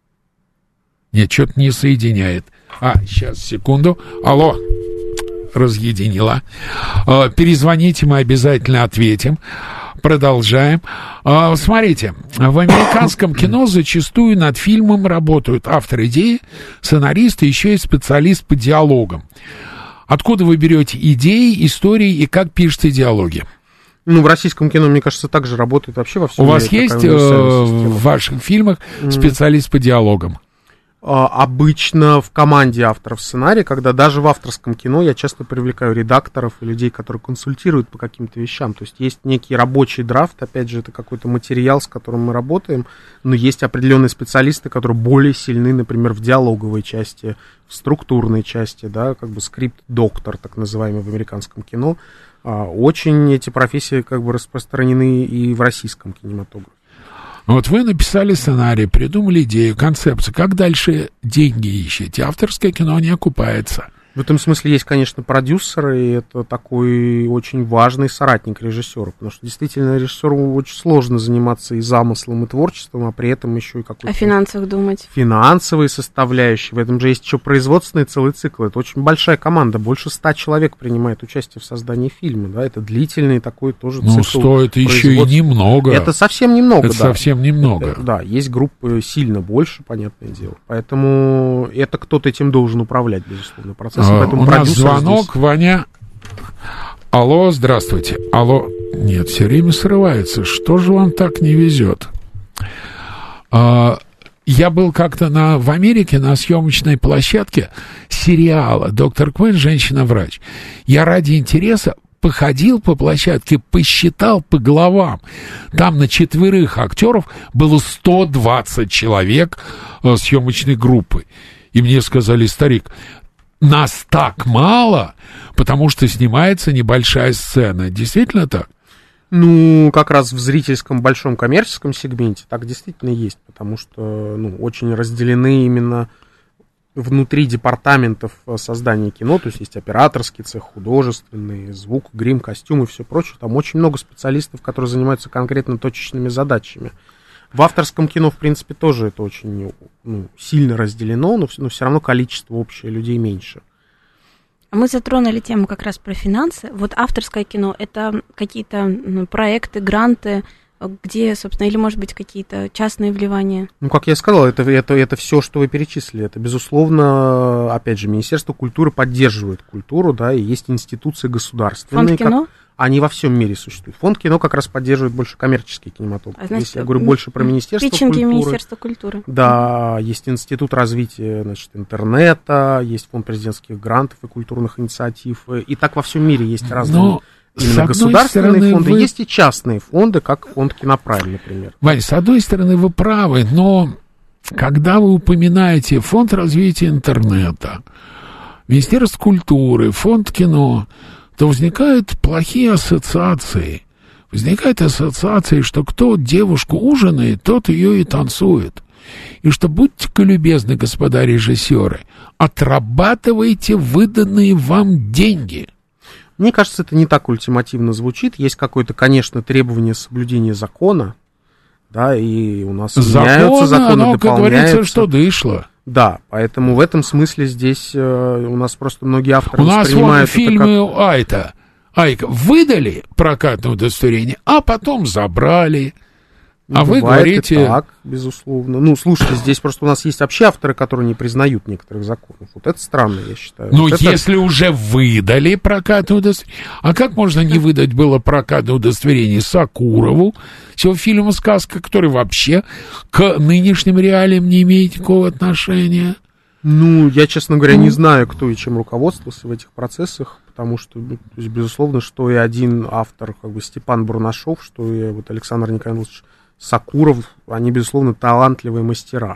Нет, что-то не соединяет. А, сейчас, секунду. Алло. Разъединила. Перезвоните, мы обязательно ответим. Продолжаем. Смотрите, в американском кино зачастую над фильмом работают автор идеи, сценарист и еще и специалист по диалогам. Откуда вы берете идеи, истории и как пишете диалоги? Ну, в российском кино, мне кажется, так же работает вообще во всем У мире. вас есть э, в ваших фильмах специалист по диалогам? Обычно в команде авторов сценария, когда даже в авторском кино я часто привлекаю редакторов и людей, которые консультируют по каким-то вещам. То есть есть некий рабочий драфт, опять же, это какой-то материал, с которым мы работаем, но есть определенные специалисты, которые более сильны, например, в диалоговой части, в структурной части, да, как бы скрипт-доктор, так называемый в американском кино. Очень эти профессии как бы распространены и в российском кинематографе. Вот вы написали сценарий, придумали идею, концепцию. Как дальше деньги ищете? Авторское кино не окупается. В этом смысле есть, конечно, продюсеры, и это такой очень важный соратник режиссера, потому что действительно режиссеру очень сложно заниматься и замыслом, и творчеством, а при этом еще и какой-то... О финансах думать. Финансовые составляющие. В этом же есть еще производственный целый цикл. Это очень большая команда, больше ста человек принимает участие в создании фильма, да, это длительный такой тоже цикл. Ну, стоит еще и немного. Это совсем немного, это да. совсем немного. Это, да, есть группы сильно больше, понятное дело. Поэтому это кто-то этим должен управлять, безусловно, процессом. А, у нас звонок, здесь... Ваня. Алло, здравствуйте. Алло. Нет, все время срывается. Что же вам так не везет? А, я был как-то на, в Америке на съемочной площадке сериала «Доктор Квин. Женщина-врач». Я ради интереса походил по площадке, посчитал по головам. Там на четверых актеров было сто двадцать человек э, съемочной группы. И мне сказали: старик, нас так мало, потому что снимается небольшая сцена. Действительно так? Ну, как раз в зрительском большом коммерческом сегменте так действительно есть, потому что ну, очень разделены именно внутри департаментов создания кино, то есть есть операторский цех, художественный, звук, грим, костюм и все прочее. Там очень много специалистов, которые занимаются конкретно точечными задачами. В авторском кино, в принципе, тоже это очень ну, сильно разделено, но, но все равно количество общее людей меньше. Мы затронули тему как раз про финансы. Вот авторское кино — это какие-то ну, проекты, гранты, где, собственно, или, может быть, какие-то частные вливания? Ну, как я сказал, это, это, это все, что вы перечислили. Это, безусловно, опять же, Министерство культуры поддерживает культуру, да, и есть институции государственные. Фонд кино? Как, они во всем мире существуют. Фонд кино как раз поддерживает больше коммерческий кинематограф. А, значит, Если я говорю больше про Министерство питчинги культуры. Министерства культуры. Да, есть Институт развития, значит, интернета, есть Фонд президентских грантов и культурных инициатив. И так во всем мире есть разные... Но... Именно государственные стороны, фонды, вы... есть и частные фонды, как фонд Кинопрайм, например. Вань, с одной стороны, вы правы, но когда вы упоминаете фонд развития интернета, Министерство культуры, фонд кино, то возникают плохие ассоциации. Возникают ассоциации, что кто девушку ужинает, тот ее и танцует. И что, будьте-ка любезны, господа режиссеры, отрабатывайте выданные вам деньги. Мне кажется, это не так ультимативно звучит. Есть какое-то, конечно, требование соблюдения закона, да, и у нас меняются законы, оно, дополняются. Как говорится, что дышло. Да, поэтому в этом смысле здесь э, у нас просто многие авторы у воспринимают нас вон фильмы как... Айта, Айка выдали прокатное удостоверение, а потом забрали. А Бывает вы говорите... И так, безусловно. Ну, слушайте, здесь просто у нас есть вообще авторы, которые не признают некоторых законов. Вот это странно, я считаю. Ну, вот если это... уже выдали прокатное удостоверение... А как можно не выдать было прокатное удостоверение Сакурову, всего фильма «Сказка», который вообще к нынешним реалиям не имеет никакого отношения? Ну, я, честно говоря, не знаю, кто и чем руководствовался в этих процессах, потому что, ну, то есть, безусловно, что и один автор, как бы Степан Бурнашов, что и вот Александр Николаевич Сакуров, они, безусловно, талантливые мастера.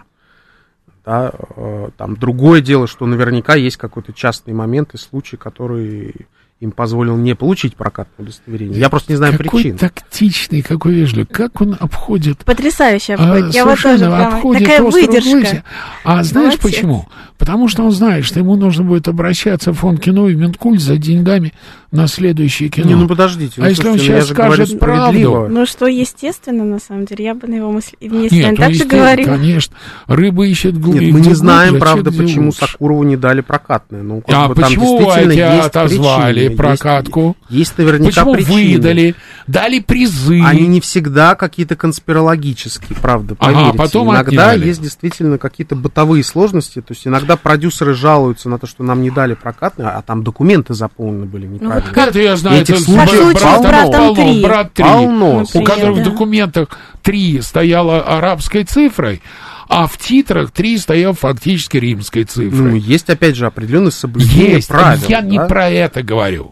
Да, э, там другое дело, что наверняка есть какой-то частный момент и случай, который им позволил не получить прокатное удостоверение. Я просто не знаю какой причин. Какой тактичный, какой вежливый. Как он обходит... Потрясающе обходит. А, Я вот тоже прямо... Такая выдержка. А знаешь Молодец. Почему? Потому что он знает, что ему нужно будет обращаться в фонд кино и в Минкульт за деньгами на следующее кино. Не, ну подождите. А ну, если он слушайте, сейчас скажет правду? Ну что, естественно, на самом деле, я бы на его мысли... Если Нет, он так же говорил. Конечно. Рыба ищет глубь. Нет, мы не знаем, правда, почему Сакурову не дали прокатное. Ну, как а бы, почему там действительно эти есть отозвали причины, прокатку? Есть, есть наверняка почему причины. Выдали? Дали призы. Они не всегда какие-то конспирологические, правда, поверьте. Ага, потом иногда отняли. Есть действительно какие-то бытовые сложности. То есть иногда продюсеры жалуются на то, что нам не дали прокатное, а там документы заполнены были неправильно. Ну, вот это я знаю. Этих это случаев брат, полно. полно, три. брат три, Полно. у которых да. в документах три стояло арабской цифрой, а в титрах три стоял фактически римской цифрой. Ну, есть, опять же, определенное соблюдение Есть, правил. я да? не про это говорю.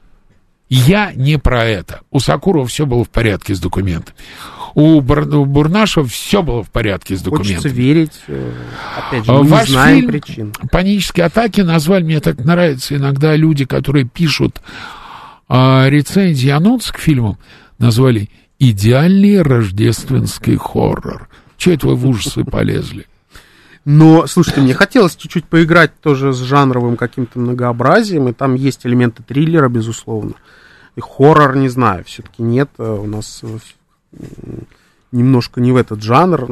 Я не про это. У Сакурова все было в порядке с документами. У, Бур, у Бурнашева все было в порядке с документами. Хочется верить, опять же, мы Ваш не знаем фильм причин. «Панические атаки» назвали, мне так нравится иногда люди, которые пишут а, рецензии, анонсы к фильмам, назвали «идеальный рождественский хоррор». Чего это вы в ужасы полезли? Но, слушайте, мне хотелось чуть-чуть поиграть тоже с жанровым каким-то многообразием, и там есть элементы триллера, безусловно. И хоррор, не знаю, все-таки нет, у нас немножко не в этот жанр,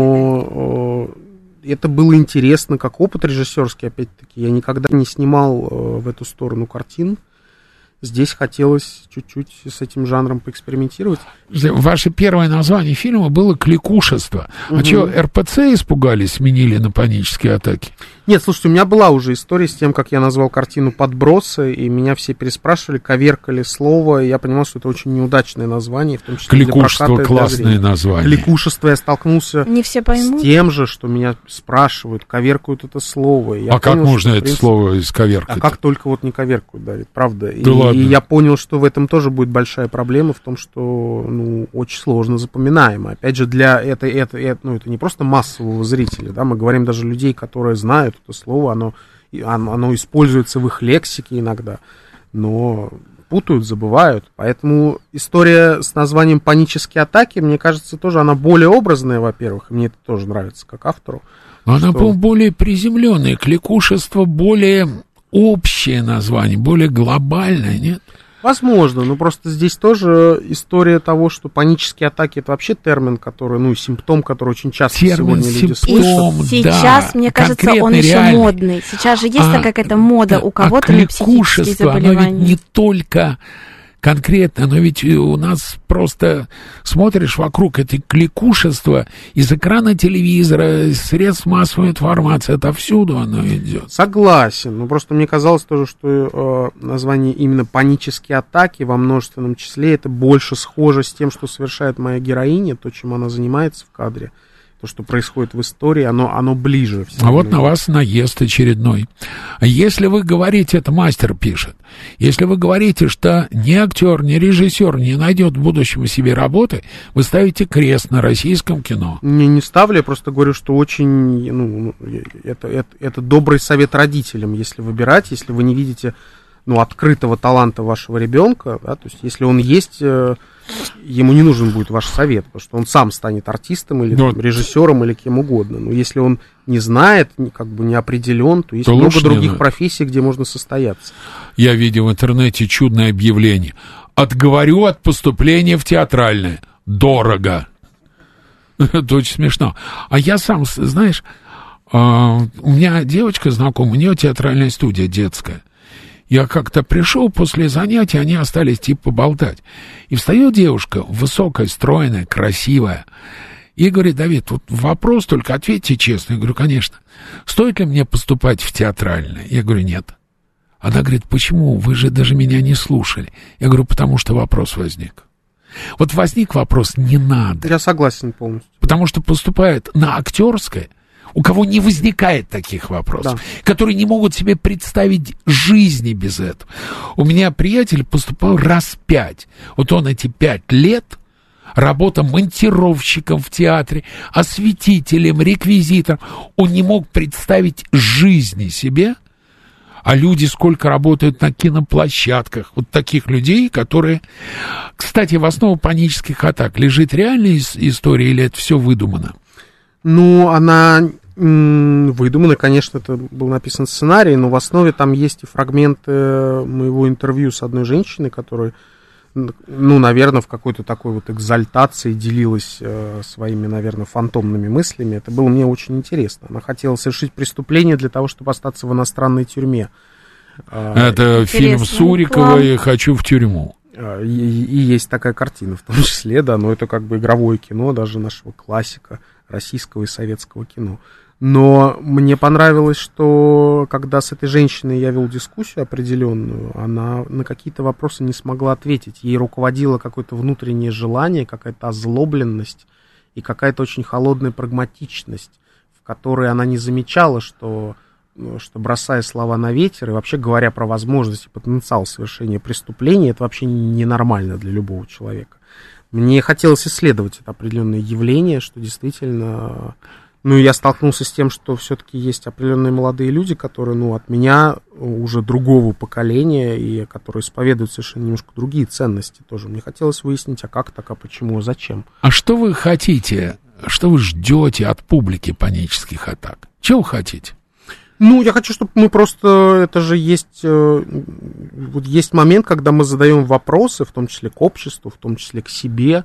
но это было интересно, как опыт режиссерский, опять-таки. Я никогда не снимал в эту сторону картин. Здесь хотелось чуть-чуть с этим жанром поэкспериментировать. Ваше первое название фильма было «Кликушество». Угу. А что, эр пэ цэ испугались, сменили на «Панические атаки»? Нет, слушайте, у меня была уже история с тем, как я назвал картину «Подбросы», и меня все переспрашивали, коверкали слово, и я понимал, что это очень неудачное название, в том числе «Кликушество» для проката, классное название. «Кликушество» я столкнулся Не все поймут. с тем же, что меня спрашивают, коверкают это слово. Я а понял, как можно что, это принципе, слово исковеркать? А как только вот не коверкают, да, ведь правда. Да и, ладно. и я понял, что в этом тоже будет большая проблема, в том, что, ну, очень сложно запоминаемо. Опять же, для этой, это, это, ну, это не просто массового зрителя, да, мы говорим даже людей, которые знают это слово, оно, оно, оно используется в их лексике иногда, но путают, забывают. Поэтому история с названием «Панические атаки», мне кажется, тоже она более образная, во-первых, и мне это тоже нравится как автору. Она, что... по-моему, более приземленная. «Кликушество» более общее название, более глобальное, нет? Возможно, но просто здесь тоже история того, что панические атаки — это вообще термин, который, ну, симптом, который очень часто термин, сегодня люди симптом, слышат. Сейчас, да, мне кажется, он еще реальный. модный. Сейчас же есть а, какая-то мода да, у кого-то а на психические заболевания. Оно ведь не только конкретно, но ведь у нас просто смотришь вокруг это кликушество из экрана телевизора, из средств массовой информации, отовсюду оно идет. Согласен, но просто мне казалось тоже, что э, название именно «Панические атаки» во множественном числе это больше схоже с тем, что совершает моя героиня, то, чем она занимается в кадре. То, что происходит в истории, оно, оно ближе. А вот на вас наезд очередной. Если вы говорите, это мастер пишет, если вы говорите, что ни актер, ни режиссер не найдет в будущем себе работы, вы ставите крест на российском кино. Не, не ставлю, я просто говорю, что очень, ну, это, это, это добрый совет родителям, если выбирать, если вы не видите ну, открытого таланта вашего ребенка, да, то есть если он есть, ему не нужен будет ваш совет, потому что он сам станет артистом или там, режиссером или кем угодно. Но если он не знает, как бы не определен, то есть то много других профессий, где можно состояться. Я видел в интернете чудное объявление. Отговорю от поступления в театральное. Дорого. Это очень смешно. А я сам, знаешь, у меня девочка знакомая, у нее театральная студия детская. Я как-то пришел после занятий, они остались типа поболтать. И встает девушка, высокая, стройная, красивая, и говорит: Давид, вот вопрос, только ответьте честно. Я говорю: конечно. Стоит ли мне поступать в театральное? Я говорю: нет. Она говорит: почему? Вы же даже меня не слушали. Я говорю: потому что вопрос возник. Вот возник вопрос: не надо. Я согласен полностью. Потому что поступает на актерское, у кого не возникает таких вопросов, да, которые не могут себе представить жизни без этого. У меня приятель поступал раз пять. Вот он эти пять лет работа монтировщиком в театре, осветителем, реквизитором. Он не мог представить жизни себе. А люди сколько работают на киноплощадках. Вот таких людей, которые... Кстати, в основе панических атак лежит реальная история или это все выдумано? Ну, она м- выдумана, конечно, это был написан сценарий, но в основе там есть и фрагменты моего интервью с одной женщиной, которая, ну, наверное, в какой-то такой вот экзальтации делилась э, своими, наверное, фантомными мыслями. Это было мне очень интересно. Она хотела совершить преступление для того, чтобы остаться в иностранной тюрьме. Это интересно. Фильм Суриковой «Хочу в тюрьму». И, и есть такая картина в том числе, да, но это как бы игровое кино даже нашего классика российского и советского кино. Но мне понравилось, что когда с этой женщиной я вел дискуссию определенную, она на какие-то вопросы не смогла ответить. Ей руководило какое-то внутреннее желание, какая-то озлобленность и какая-то очень холодная прагматичность, в которой она не замечала, что, что бросая слова на ветер и вообще говоря про возможность и потенциал совершения преступления, это вообще ненормально для любого человека. Мне хотелось исследовать это определенное явление, что действительно... Ну, я столкнулся с тем, что все-таки есть определенные молодые люди, которые, ну, от меня уже другого поколения, и которые исповедуют совершенно немножко другие ценности тоже. Мне хотелось выяснить, а как так, а почему, а зачем. А что вы хотите, что вы ждете от публики панических атак? Чего вы хотите? Ну, я хочу, чтобы мы просто, это же есть, вот есть момент, когда мы задаем вопросы, в том числе к обществу, в том числе к себе.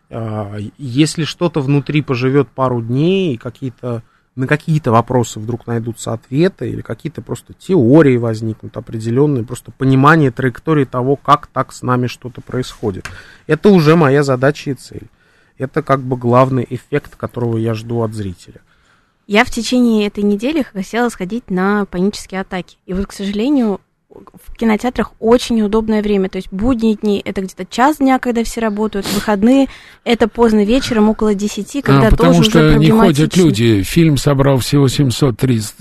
Если что-то внутри поживет пару дней, и какие-то, на какие-то вопросы вдруг найдутся ответы, или какие-то просто теории возникнут определенные, просто понимание траектории того, как так с нами что-то происходит. Это уже моя задача и цель. Это как бы главный эффект, которого я жду от зрителя. Я в течение этой недели хотела сходить на панические атаки. И вот, к сожалению, в кинотеатрах очень удобное время. То есть будние дни — это где-то час дня, когда все работают, выходные — это поздно вечером, около десяти, когда а, тоже уже проблематично. Потому что не ходят люди. Фильм собрал всего семьсот тридцать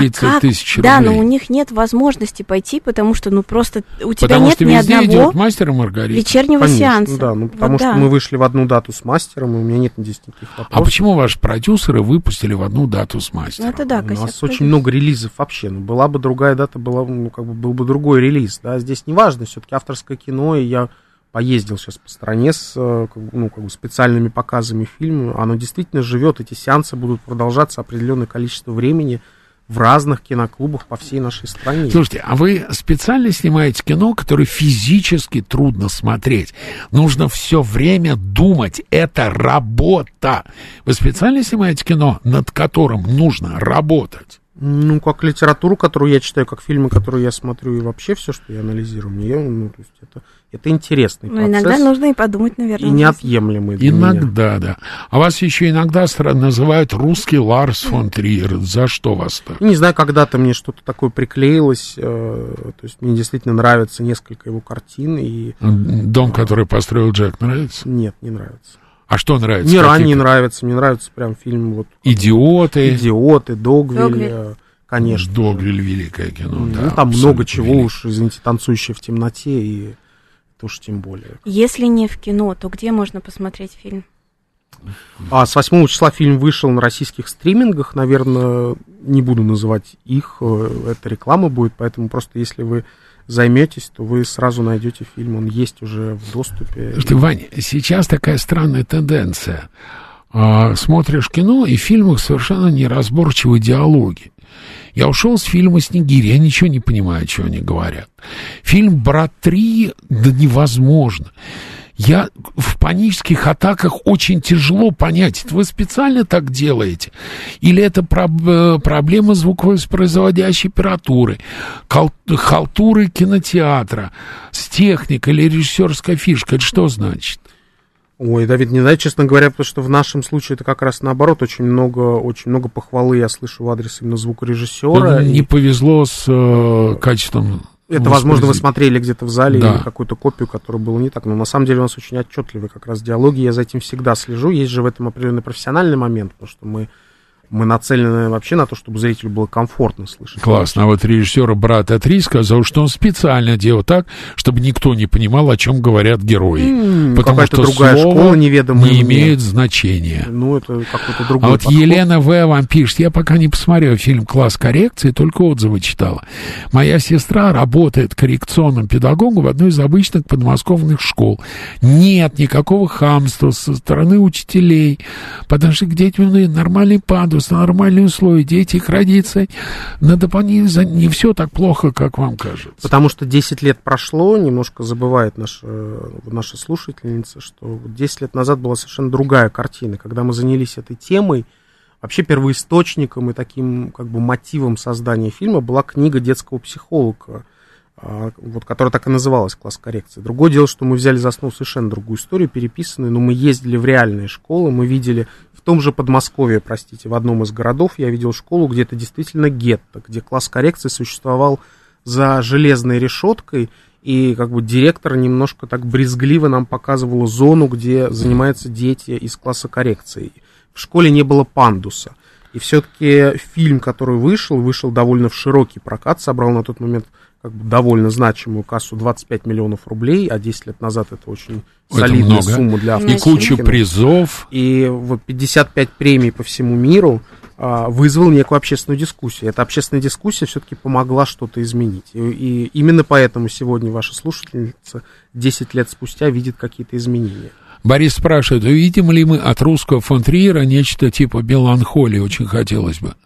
тысяч рублей. Да, но у них нет возможности пойти, потому что, ну, просто у тебя потому нет что ни везде одного идет «Мастер и Маргарита». вечернего Конечно, сеанса. Да, ну, потому вот что да. мы вышли в одну дату с «Мастером», и у меня нет здесь никаких вопросов. А почему ваши продюсеры выпустили в одну дату с «Мастером»? Ну, это да, у нас продюсер. Очень много релизов вообще. Ну, была бы другая дата, была, ну, как бы был бы другой релиз. Да, здесь не важно, все-таки авторское кино, и я поездил сейчас по стране с, ну, как бы специальными показами фильма, оно действительно живет, эти сеансы будут продолжаться определенное количество времени в разных киноклубах по всей нашей стране. Слушайте, а вы специально снимаете кино, которое физически трудно смотреть? Нужно все время думать, это работа. Вы специально снимаете кино, над которым нужно работать? Ну, как литературу, которую я читаю, как фильмы, которые я смотрю, и вообще все, что я анализирую, мне, ну, то есть это, это интересный ну, процесс. Иногда нужно и подумать, наверное. И неотъемлемый для Иногда, меня. да. А вас еще иногда называют русский Ларс фон Триер. За что вас так? Не знаю, когда-то мне что-то такое приклеилось, э, то есть мне действительно нравится несколько его картин. И... Дом, который построил Джек, нравится? Нет, не нравится. А что нравится? Мне ранее нравится, мне нравится прям фильм вот... «Идиоты». «Идиоты», «Догвиль», Догвиль. конечно. «Догвиль» — великое кино, Ну, да. там много чего великое. уж, извините, «Танцующие в темноте», и это уж тем более. Если не в кино, то где можно посмотреть фильм? А с восьмого числа фильм вышел на российских стримингах, наверное, не буду называть их, это реклама будет, поэтому просто если вы займетесь, то вы сразу найдете фильм, он есть уже в доступе. Слушайте, Вань, сейчас такая странная тенденция. А, смотришь кино, и в фильмах совершенно неразборчивые диалоги. Я ушел с фильма «Снегирь», я ничего не понимаю, что они говорят. Фильм «Брат три», да невозможно. Я в панических атаках очень тяжело понять, вы специально так делаете? Или это про- проблема звуковоспроизводящей аппаратуры, кал- халтуры кинотеатра, с техникой или режиссерской фишкой? Это что значит? Ой, Давид, не знаю, честно говоря, потому что в нашем случае это как раз наоборот, очень много, очень много похвалы я слышу в адрес именно звукорежиссера. Не и... повезло с э, качеством. Это, возможно, вы смотрели где-то в зале, да, или какую-то копию, которая была не так. Но на самом деле у нас очень отчетливые как раз диалоги, я за этим всегда слежу. Есть же в этом определенный профессиональный момент, потому что мы, мы нацелены вообще на то, чтобы зрителю было комфортно слышать. Классно. А вот режиссер «Брата три» сказал, что он специально делал так, чтобы никто не понимал, о чем говорят герои. Mm, потому что другая слово школа, неведомая не мне. имеет значения. Ну, это какой-то другой А вот подход. Елена В. вам пишет, я пока не посмотрел фильм «Класс коррекции», только отзывы читала. Моя сестра работает коррекционным педагогом в одной из обычных подмосковных школ. Нет никакого хамства со стороны учителей, потому что к детям нормальный пандус, нормальные условия, дети, их родители. Надо понять, не все так плохо, как вам кажется. Потому что десять лет прошло, немножко забывает наша, наша слушательница, что десять лет назад была совершенно другая картина. Когда мы занялись этой темой, вообще первоисточником и таким как бы мотивом создания фильма была книга детского психолога, вот, которая так и называлась «Класс коррекции». Другое дело, что мы взяли за основу совершенно другую историю, переписанную, но мы ездили в реальные школы, мы видели в том же Подмосковье, простите, в одном из городов, я видел школу, где это действительно гетто, где класс коррекции существовал за железной решеткой, и как бы директор немножко так брезгливо нам показывал зону, где занимаются дети из класса коррекции. В школе не было пандуса. И все-таки фильм, который вышел, вышел довольно в широкий прокат, собрал на тот момент как бы довольно значимую кассу двадцать пять миллионов рублей, а десять лет назад это очень это солидная много. Сумма для автора. И кучу призов. И вот пятьдесят пять премий по всему миру а, вызвал некую общественную дискуссию. Эта общественная дискуссия все-таки помогла что-то изменить. И, и именно поэтому сегодня ваша слушательница десять лет спустя видит какие-то изменения. Борис спрашивает, увидим ли мы от русского фон Триера нечто типа «Меланхолии»? Очень хотелось бы.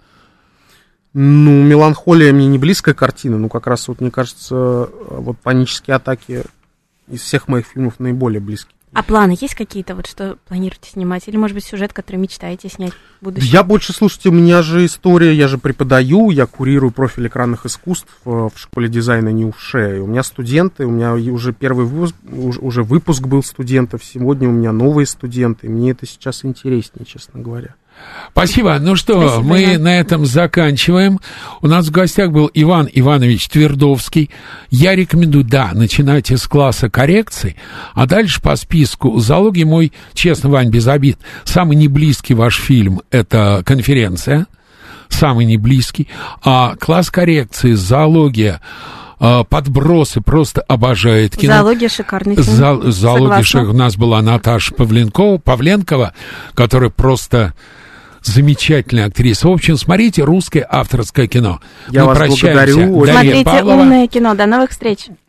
Ну, «Меланхолия» мне не близкая картина, ну, как раз вот, мне кажется, вот «Панические атаки» из всех моих фильмов наиболее близкие. А планы есть какие-то, вот что планируете снимать? Или, может быть, сюжет, который мечтаете снять в будущем? Я больше, слушайте, у меня же история, я же преподаю, я курирую профиль экранных искусств в школе дизайна НИУШЕ. У меня студенты, у меня уже первый выпуск, уже выпуск был студентов, сегодня у меня новые студенты, мне это сейчас интереснее, честно говоря. Спасибо. Ну что, Спасибо, мы Иван. на этом заканчиваем. У нас в гостях был Иван Иванович Твердовский. Я рекомендую, да, начинайте с класса коррекции, а дальше по списку зоологии мой, честно, Вань, без обид, самый неблизкий ваш фильм — это «Конференция», самый неблизкий, а класс коррекции, зоология, подбросы, просто обожает кино. Зоология шикарный фильм. Зо- зоология шик... У нас была Наташа Павленкова, Павленкова, которая просто замечательная актриса. В общем, смотрите русское авторское кино. Я Мы вас прощаемся. благодарю. Смотрите Павлова. Умное кино. До новых встреч.